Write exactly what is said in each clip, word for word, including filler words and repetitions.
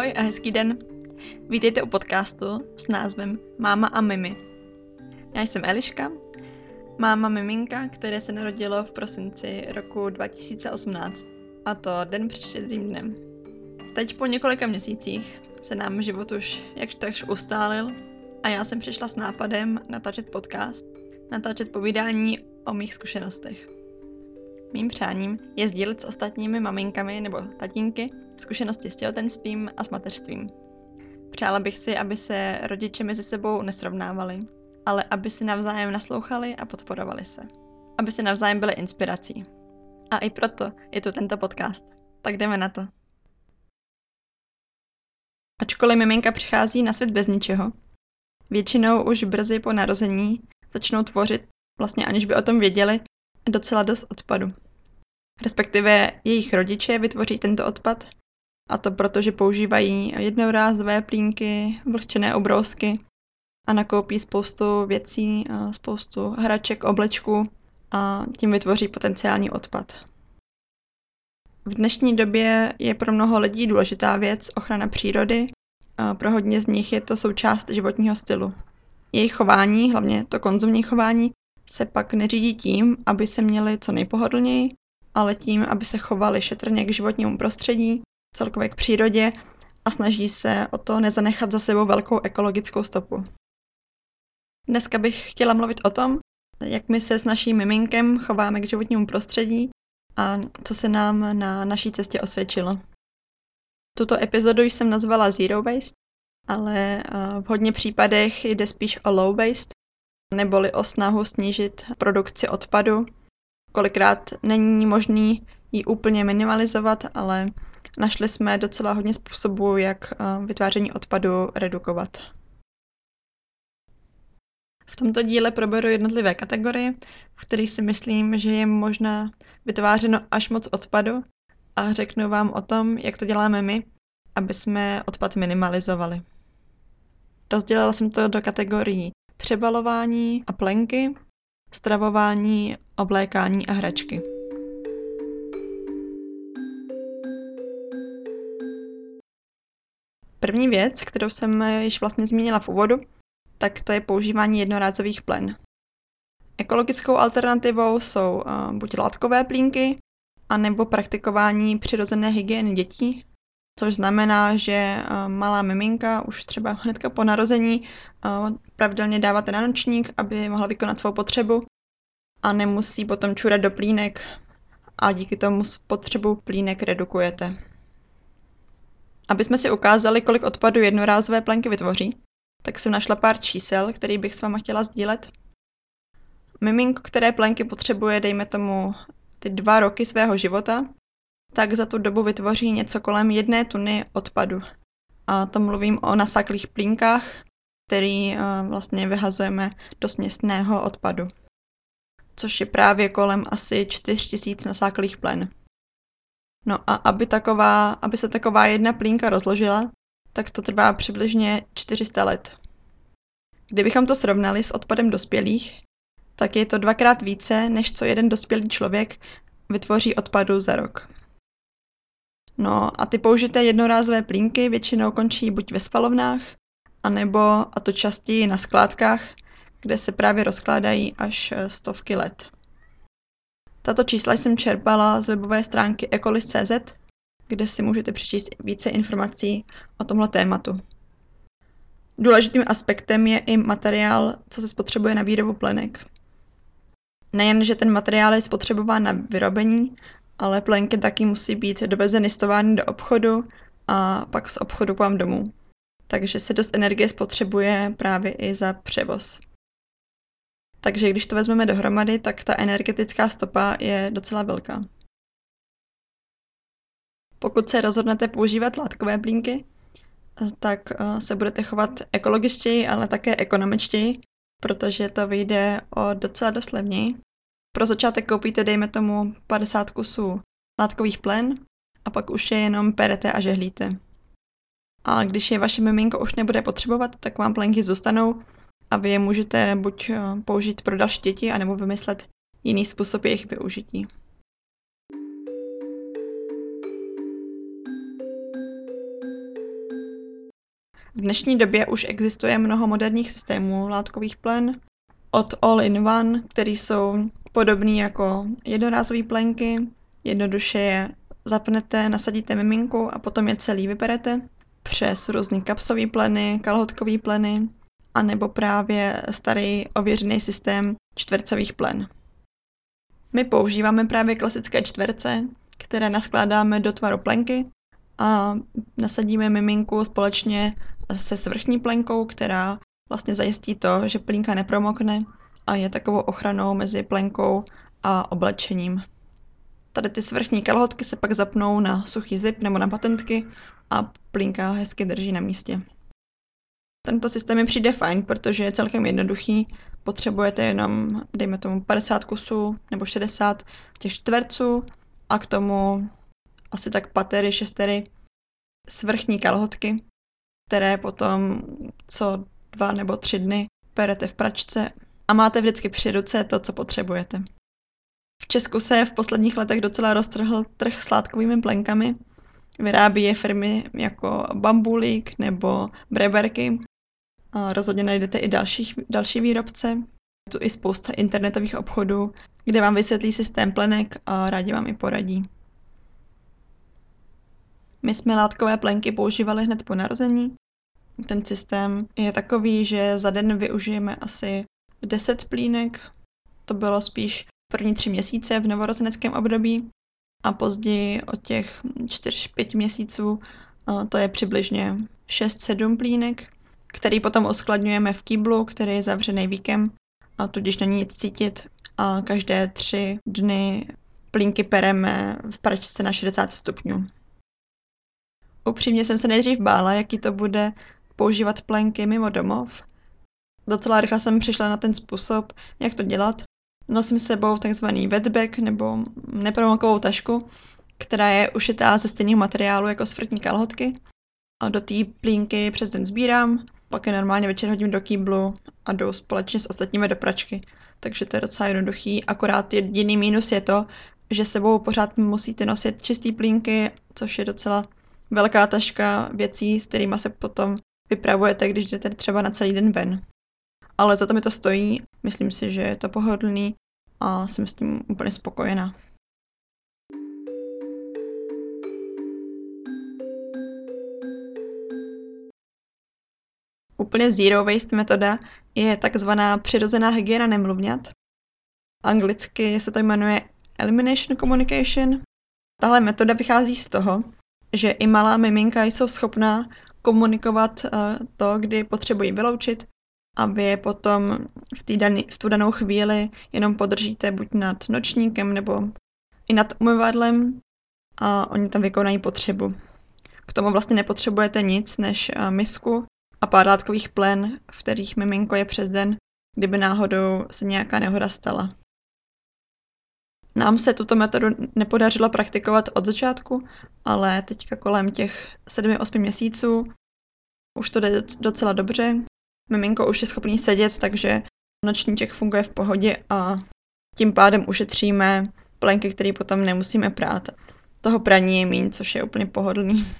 Ahoj a hezký den. Vítejte u podcastu s názvem Máma a Mimi. Já jsem Eliška, máma miminka, které se narodilo v prosinci roku dva tisíce osmnáct, a to den před Štědrým dnem. Teď po několika měsících se nám život už jakž takž ustálil a já jsem přišla s nápadem natáčet podcast, natáčet povídání o mých zkušenostech. Mým přáním je sdílet s ostatními maminkami nebo tatínky zkušenosti s těhotenstvím a s mateřstvím. Přála bych si, aby se rodiče mezi sebou nesrovnávali, ale aby si navzájem naslouchali a podporovali se. Aby se navzájem byli inspirací. A i proto je tu tento podcast. Tak jdeme na to. Ačkoliv miminka přichází na svět bez ničeho, většinou už brzy po narození začnou tvořit, vlastně aniž by o tom věděli, docela dost odpadu. Respektive jejich rodiče vytvoří tento odpad, a to proto, že používají jednorázové plínky, vlhčené obrousky a nakoupí spoustu věcí, spoustu hraček, oblečků a tím vytvoří potenciální odpad. V dnešní době je pro mnoho lidí důležitá věc ochrana přírody, a pro hodně z nich je to součást životního stylu. Jejich chování, hlavně to konzumní chování, se pak neřídí tím, aby se měli co nejpohodlněji, ale tím, aby se chovali šetrně k životnímu prostředí, celkově k přírodě a snaží se o to nezanechat za sebou velkou ekologickou stopu. Dneska bych chtěla mluvit o tom, jak my se s naším miminkem chováme k životnímu prostředí a co se nám na naší cestě osvědčilo. Tuto epizodu jsem nazvala Zero Waste, ale v hodně případech jde spíš o Low Waste, neboli o snahu snížit produkci odpadu. Kolikrát není možný ji úplně minimalizovat, ale našli jsme docela hodně způsobů, jak vytváření odpadu redukovat. V tomto díle proberu jednotlivé kategorie, v kterých si myslím, že je možná vytvářeno až moc odpadu, a řeknu vám o tom, jak to děláme my, aby jsme odpad minimalizovali. Rozdělila jsem to do kategorií přebalování a plenky, stravování, oblékání a hračky. První věc, kterou jsem již vlastně zmínila v úvodu, tak to je používání jednorázových plen. Ekologickou alternativou jsou uh, buď látkové plínky, anebo praktikování přirozené hygieny dětí, což znamená, že uh, malá miminka už třeba hnedka po narození uh, pravidelně dáváte na nočník, aby mohla vykonat svou potřebu a nemusí potom čurat do plínek a díky tomu spotřebu plínek redukujete. Aby jsme si ukázali, kolik odpadu jednorázové plenky vytvoří, tak jsem našla pár čísel, který bych s váma chtěla sdílet. Miminko, které plenky potřebuje, dejme tomu, ty dva roky svého života, tak za tu dobu vytvoří něco kolem jedné tuny odpadu. A to mluvím o nasáklých plínkách, který uh, vlastně vyhazujeme do směsného odpadu, což je právě kolem asi čtyři tisíce nasáklých plen. No a aby, taková, aby se taková jedna plínka rozložila, tak to trvá přibližně čtyři sta let. Kdybychom to srovnali s odpadem dospělých, tak je to dvakrát více, než co jeden dospělý člověk vytvoří odpadu za rok. No a ty použité jednorázové plínky většinou končí buď ve spalovnách, anebo, a to častěji, na skládkách, kde se právě rozkládají až stovky let. Tato čísla jsem čerpala z webové stránky ecolist tečka cé zet, kde si můžete přečíst více informací o tomhle tématu. Důležitým aspektem je i materiál, co se spotřebuje na výrobu plenek. Nejen, že ten materiál je spotřebován na vyrobení, ale plenky taky musí být dovezeny z továrny do obchodu a pak z obchodu k vám domů. Takže se dost energie spotřebuje právě i za převoz. Takže když to vezmeme dohromady, tak ta energetická stopa je docela velká. Pokud se rozhodnete používat látkové plínky, tak se budete chovat ekologičtěji, ale také ekonomičtěji, protože to vyjde o docela dost levněji. Pro začátek koupíte, dejme tomu, padesát kusů látkových plen a pak už je jenom perete a žehlíte. A když je vaše miminko už nebude potřebovat, tak vám plenky zůstanou a vy je můžete buď použít pro další děti, anebo vymyslet jiný způsob jejich využití. V V dnešní době už existuje mnoho moderních systémů látkových plen, od all-in-one, který jsou podobný jako jednorázové plenky, jednoduše je zapnete, nasadíte miminku a potom je celý vyperete, přes různý kapsové pleny, kalhotkové pleny, anebo právě starý ověřený systém čtvercových plen. My používáme právě klasické čtverce, které naskládáme do tvaru plenky a nasadíme miminku společně se svrchní plenkou, která vlastně zajistí to, že plínka nepromokne a je takovou ochranou mezi plenkou a oblečením. Tady ty svrchní kalhotky se pak zapnou na suchý zip nebo na patentky a plínka hezky drží na místě. Tento systém mi přijde fajn, protože je celkem jednoduchý. Potřebujete jenom, dejme tomu, padesát kusů nebo šedesát těch čtverců a k tomu asi tak patery, šestery svrchní kalhotky, které potom co dva nebo tři dny perete v pračce a máte vždycky při ruce to, co potřebujete. V Česku se v posledních letech docela roztrhl trh s látkovými plenkami. Vyrábí je firmy jako Bambulík nebo Breberky. A rozhodně najdete i dalších, další výrobce. Je tu i spousta internetových obchodů, kde vám vysvětlí systém plenek a rádi vám i poradí. My jsme látkové plenky používali hned po narození. Ten systém je takový, že za den využijeme asi deset plínek. To bylo spíš první tři měsíce v novorozeneckém období a později od těch čtyři pět měsíců to je přibližně šest sedm plínek, který potom uskladňujeme v kýblu, který je zavřený víkem a tudíž není nic cítit a každé tři dny plínky pereme v pračce na šedesát stupňů. Upřímně jsem se nejdřív bála, jaký to bude používat plenky mimo domov. Docela rychle jsem přišla na ten způsob, jak to dělat. Nosím s sebou takzvaný wetbag nebo nepromokovou tašku, která je ušitá ze stejného materiálu jako svrtní kalhotky. A do té plínky přes den sbírám, pak je normálně večer hodím do kýblu a jdu společně s ostatními do pračky. Takže to je docela jednoduchý, akorát jediný mínus je to, že sebou pořád musíte nosit čistý plínky, což je docela velká taška věcí, s kterými se potom vypravujete, když jdete třeba na celý den ven. Ale za to mi to stojí, myslím si, že je to pohodlný a jsem s tím úplně spokojená. Úplně zero waste metoda je takzvaná přirozená hygiena nemluvňat. Anglicky se to jmenuje elimination communication. Tahle metoda vychází z toho, že i malá miminka jsou schopná komunikovat to, kdy potřebují vyloučit, a vy je potom v, tý daný, v tu danou chvíli jenom podržíte buď nad nočníkem nebo i nad umyvadlem a oni tam vykonají potřebu. K tomu vlastně nepotřebujete nic než misku a pár látkových plen, v kterých miminko je přes den, kdyby náhodou se nějaká nehoda stala. Nám se tuto metodu nepodařilo praktikovat od začátku, ale teďka kolem těch sedmi osmi měsíců už to jde docela dobře. Miminko už je schopný sedět, takže nočníček funguje v pohodě a tím pádem ušetříme plenky, které potom nemusíme prát. Toho praní je míň, což je úplně pohodlný.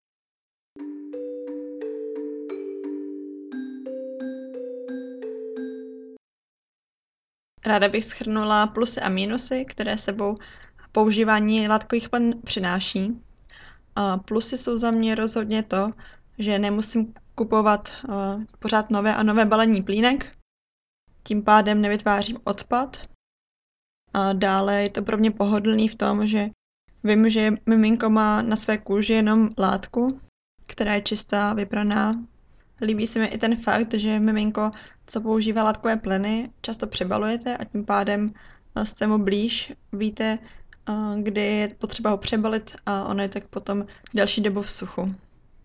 Ráda bych shrnula plusy a mínusy, které sebou používání látkových plen přináší. A plusy jsou za mě rozhodně to, že nemusím kupovat uh, pořád nové a nové balení plínek, tím pádem nevytvářím odpad. A dále je to pro mě pohodlný v tom, že vím, že miminko má na své kůži jenom látku, která je čistá, vypraná. Líbí se mi i ten fakt, že miminko, co používá látkové pleny, často přebalujete a tím pádem jste mu blíž, víte, kdy je potřeba ho přebalit a ono je tak potom delší dobu v suchu.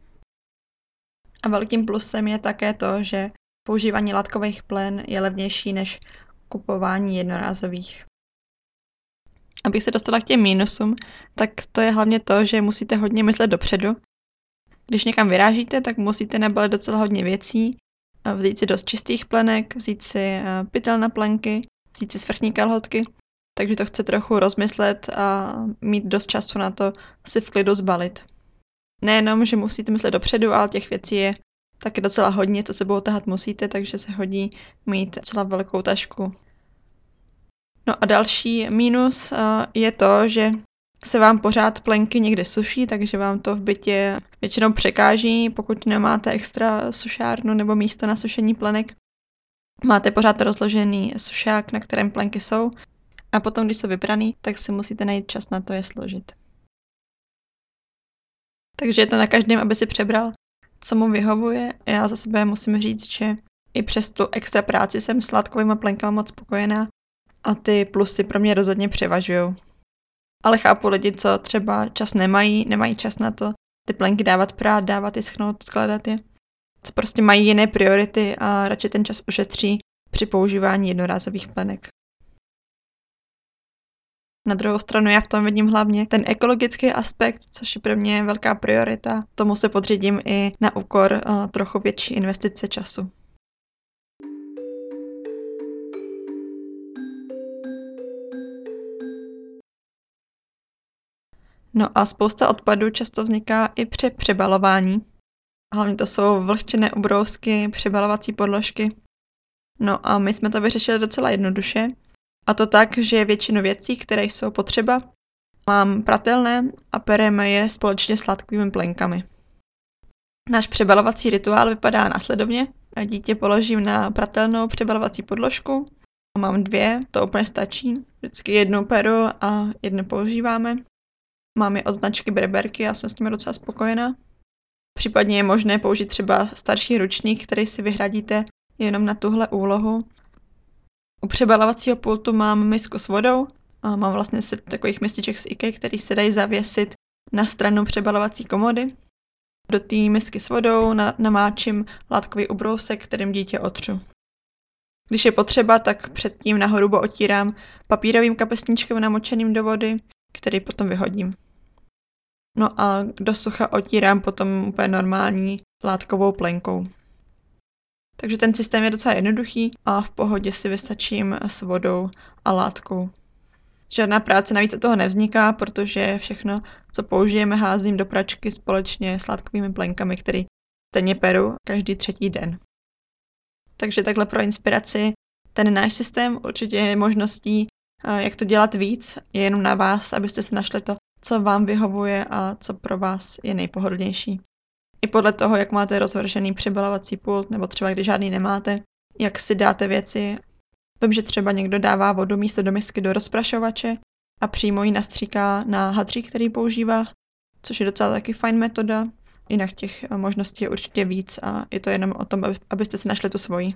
A velkým plusem je také to, že používání látkových plen je levnější než kupování jednorázových. Abych se dostala k těm mínusům, tak to je hlavně to, že musíte hodně myslet dopředu. Když někam vyrážíte, tak musíte nabalit docela hodně věcí, vzít si dost čistých plenek, vzít si pytel na plenky, vzít si svrchní kalhotky, takže to chce trochu rozmyslet a mít dost času na to si v klidu zbalit. Nejenom, že musíte myslet dopředu, ale těch věcí je taky docela hodně, co sebou tahat musíte, takže se hodí mít docela velkou tašku. No a další mínus je to, že se vám pořád plenky někde suší, takže vám to v bytě většinou překáží, pokud nemáte extra sušárnu nebo místo na sušení plenek. Máte pořád rozložený sušák, na kterém plenky jsou, a potom, když jsou vypraný, tak si musíte najít čas na to je složit. Takže je to na každém, aby si přebral, co mu vyhovuje. Já za sebe musím říct, že i přes tu extra práci jsem s látkovými plenkami moc spokojená a ty plusy pro mě rozhodně převažují. Ale chápu lidi, co třeba čas nemají, nemají čas na to ty plenky dávat prát, dávat je schnout, skládat je. Co prostě mají jiné priority a radši ten čas ušetří při používání jednorázových plenek. Na druhou stranu já v tom vidím hlavně ten ekologický aspekt, což je pro mě velká priorita. Tomu se podřídím i na úkor uh, trochu větší investice času. No a spousta odpadů často vzniká i při přebalování. Hlavně to jsou vlhčené ubrousky, přebalovací podložky. No a my jsme to vyřešili docela jednoduše. A to tak, že většinu věcí, které jsou potřeba, mám pratelné a pereme je společně s látkovými plenkami. Náš přebalovací rituál vypadá následovně. Dítě položím na pratelnou přebalovací podložku. Mám dvě, to úplně stačí. Vždycky jednu peru a jednu používáme. Mám je od značky Berberky, já jsem s nimi docela spokojená. Případně je možné použít třeba starší ručník, který si vyhradíte jenom na tuhle úlohu. U přebalovacího pultu mám misku s vodou a mám vlastně set takových mističek z IKEA, který se dají zavěsit na stranu přebalovací komody. Do té misky s vodou na, namáčím látkový ubrousek, kterým dítě otřu. Když je potřeba, tak předtím nahoru otírám papírovým kapesníčkem namočeným do vody, který potom vyhodím. No a do sucha otírám potom úplně normální látkovou plenkou. Takže ten systém je docela jednoduchý a v pohodě si vystačím s vodou a látkou. Žádná práce navíc od toho nevzniká, protože všechno, co použijeme, házím do pračky společně s látkovými plenkami, který stejně peru každý třetí den. Takže takhle pro inspiraci ten náš systém určitě je možností, jak to dělat víc. Je jenom na vás, abyste si našli to, co vám vyhovuje a co pro vás je nejpohodlnější. I podle toho, jak máte rozvržený přebalovací pult, nebo třeba když žádný nemáte, jak si dáte věci. Vím, že třeba někdo dává vodu místo do misky do rozprašovače a přímo ji nastříká na hadřík, který používá, což je docela taky fajn metoda. Jinak těch možností je určitě víc a je to jenom o tom, abyste si našli tu svoji.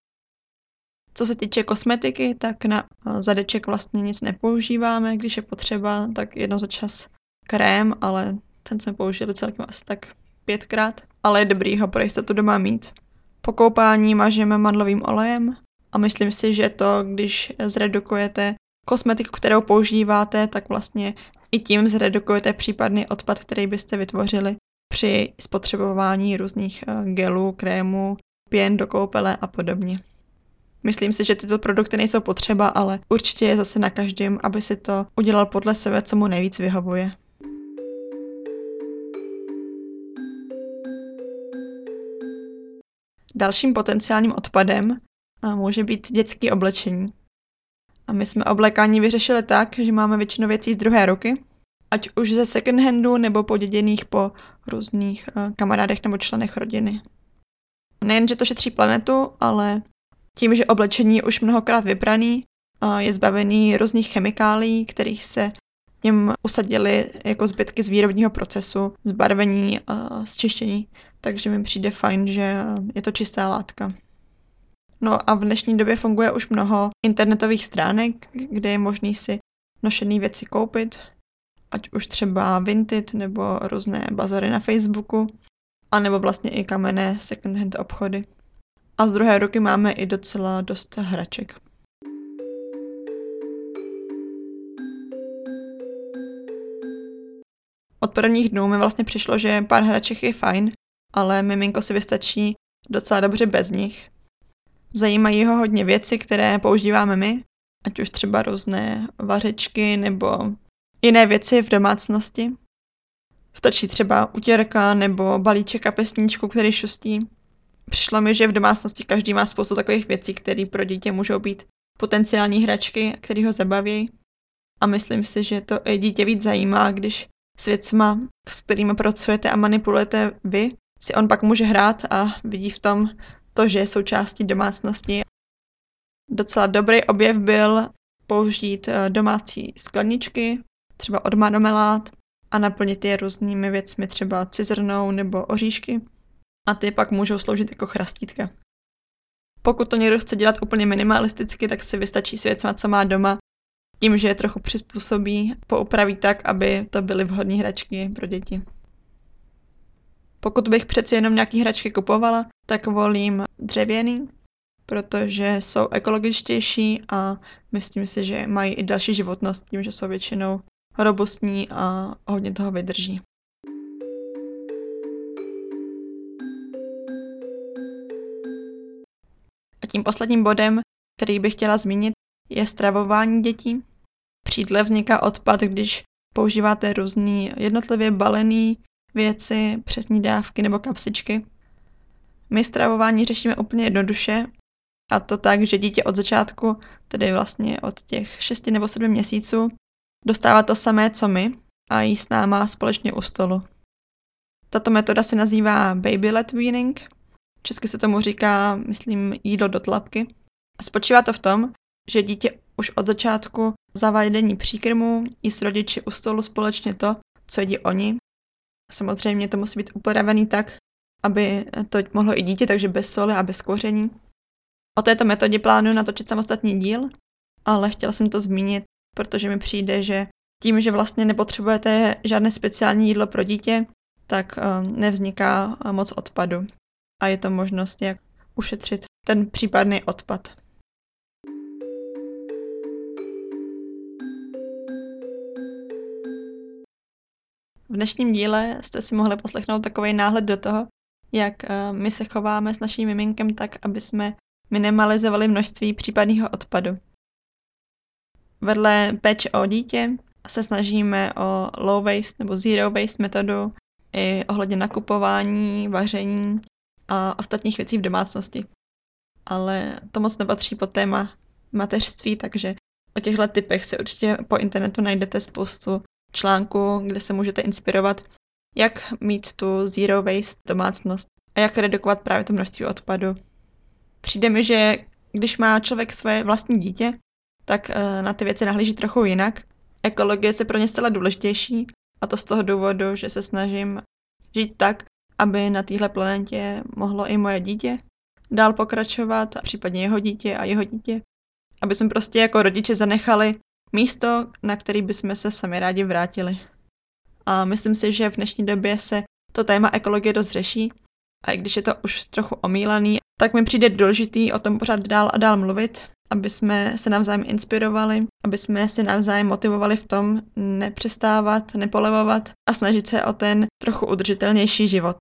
Co se týče kosmetiky, tak na zadeček vlastně nic nepoužíváme, když je potřeba, tak jednou za čas krém, ale ten jsme použili celkem asi tak pětkrát, ale je dobrý ho pro jistotu doma mít. Po koupání mažeme mandlovým olejem a myslím si, že to, když zredukujete kosmetiku, kterou používáte, tak vlastně i tím zredukujete případný odpad, který byste vytvořili při spotřebování různých gelů, krémů, pěn do koupele a podobně. Myslím si, že tyto produkty nejsou potřeba, ale určitě je zase na každém, aby si to udělal podle sebe, co mu nejvíc vyhovuje. Dalším potenciálním odpadem může být dětské oblečení. A my jsme oblékání vyřešili tak, že máme většinu věcí z druhé ruky, ať už ze second handu nebo poděděných po různých kamarádech nebo členech rodiny. Nejen, že to šetří planetu, ale tím, že oblečení je už mnohokrát vypraný, je zbavený různých chemikálií, kterých se v něm usadily jako zbytky z výrobního procesu, zbarvení a zčištění. Takže mi přijde fajn, že je to čistá látka. No a v dnešní době funguje už mnoho internetových stránek, kde je možný si nošené věci koupit, ať už třeba Vinted nebo různé bazary na Facebooku, anebo vlastně i kamenné second hand obchody. A z druhé ruky máme i docela dost hraček. Od prvních dnů mi vlastně přišlo, že pár hraček je fajn, ale miminko si vystačí docela dobře bez nich. Zajímají ho hodně věci, které používáme my, ať už třeba různé vařečky nebo jiné věci v domácnosti. Stačí třeba utěrka nebo balíček kapesníčku, který šustí. Přišlo mi, že v domácnosti každý má spoustu takových věcí, které pro dítě můžou být potenciální hračky, které ho zabaví. A myslím si, že to i dítě víc zajímá, když s věcma, s kterými pracujete a manipulujete vy, si on pak může hrát a vidí v tom to, že je součástí domácnosti. Docela dobrý objev byl použít domácí skladničky, třeba od marmelád, a naplnit je různými věcmi, třeba cizrnou nebo oříšky. A ty pak můžou sloužit jako chrastítka. Pokud to někdo chce dělat úplně minimalisticky, tak si vystačí s věcma, co má doma, tím, že je trochu přizpůsobí, poupraví tak, aby to byly vhodné hračky pro děti. Pokud bych přeci jenom nějaký hračky kupovala, tak volím dřevěný, protože jsou ekologičtější a myslím si, že mají i další životnost tím, že jsou většinou robustní a hodně toho vydrží. A tím posledním bodem, který bych chtěla zmínit, je stravování dětí. Při jídle vzniká odpad, když používáte různé jednotlivě balené věci, přesní dávky nebo kapsičky. My stravování řešíme úplně jednoduše, a to tak, že dítě od začátku, tedy vlastně od těch šesti nebo sedmi měsíců, dostává to samé, co my, a jí s náma společně u stolu. Tato metoda se nazývá baby-led weaning. Česky se tomu říká, myslím, jídlo do tlapky. A spočívá to v tom, že dítě už od začátku zavádění příkrmu jí s rodiči u stolu společně to, co jedí oni. Samozřejmě to musí být upravený tak, aby to mohlo i dítě, takže bez soli a bez kouření. O této metodě plánuji natočit samostatný díl, ale chtěla jsem to zmínit, protože mi přijde, že tím, že vlastně nepotřebujete žádné speciální jídlo pro dítě, tak nevzniká moc odpadu. A je to možnost, jak ušetřit ten případný odpad. V dnešním díle jste si mohli poslechnout takový náhled do toho, jak my se chováme s naším miminkem tak, aby jsme minimalizovali množství případného odpadu. Vedle péče o dítě se snažíme o low waste nebo zero waste metodu i ohledně nakupování, vaření a ostatních věcí v domácnosti. Ale to moc nepatří pod téma mateřství, takže o těchto typech si určitě po internetu najdete spoustu článků, kde se můžete inspirovat, jak mít tu zero waste domácnost a jak redukovat právě to množství odpadu. Přijde mi, že když má člověk své vlastní dítě, tak na ty věci nahlíží trochu jinak. Ekologie se pro ně stala důležitější, a to z toho důvodu, že se snažím žít tak, aby na téhle planetě mohlo i moje dítě dál pokračovat, a případně jeho dítě a jeho dítě. Aby jsme prostě jako rodiče zanechali místo, na který bychom se sami rádi vrátili. A myslím si, že v dnešní době se to téma ekologie dost řeší, a i když je to už trochu omílaný, tak mi přijde důležitý o tom pořád dál a dál mluvit, aby jsme se navzájem inspirovali, aby jsme se navzájem motivovali v tom nepřestávat, nepolevovat a snažit se o ten trochu udržitelnější život.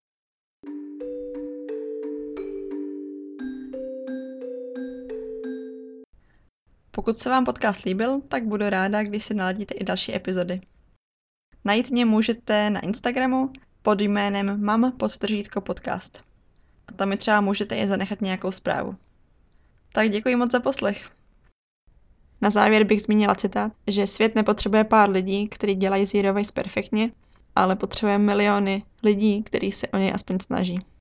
Pokud se vám podcast líbil, tak budu ráda, když si naladíte i další epizody. Najít mě můžete na Instagramu pod jménem mam podtržítko podcast. A tam mi třeba můžete i zanechat nějakou zprávu. Tak děkuji moc za poslech. Na závěr bych zmínila citát, že svět nepotřebuje pár lidí, kteří dělají zero waste perfektně, ale potřebuje miliony lidí, kteří se o něj aspoň snaží.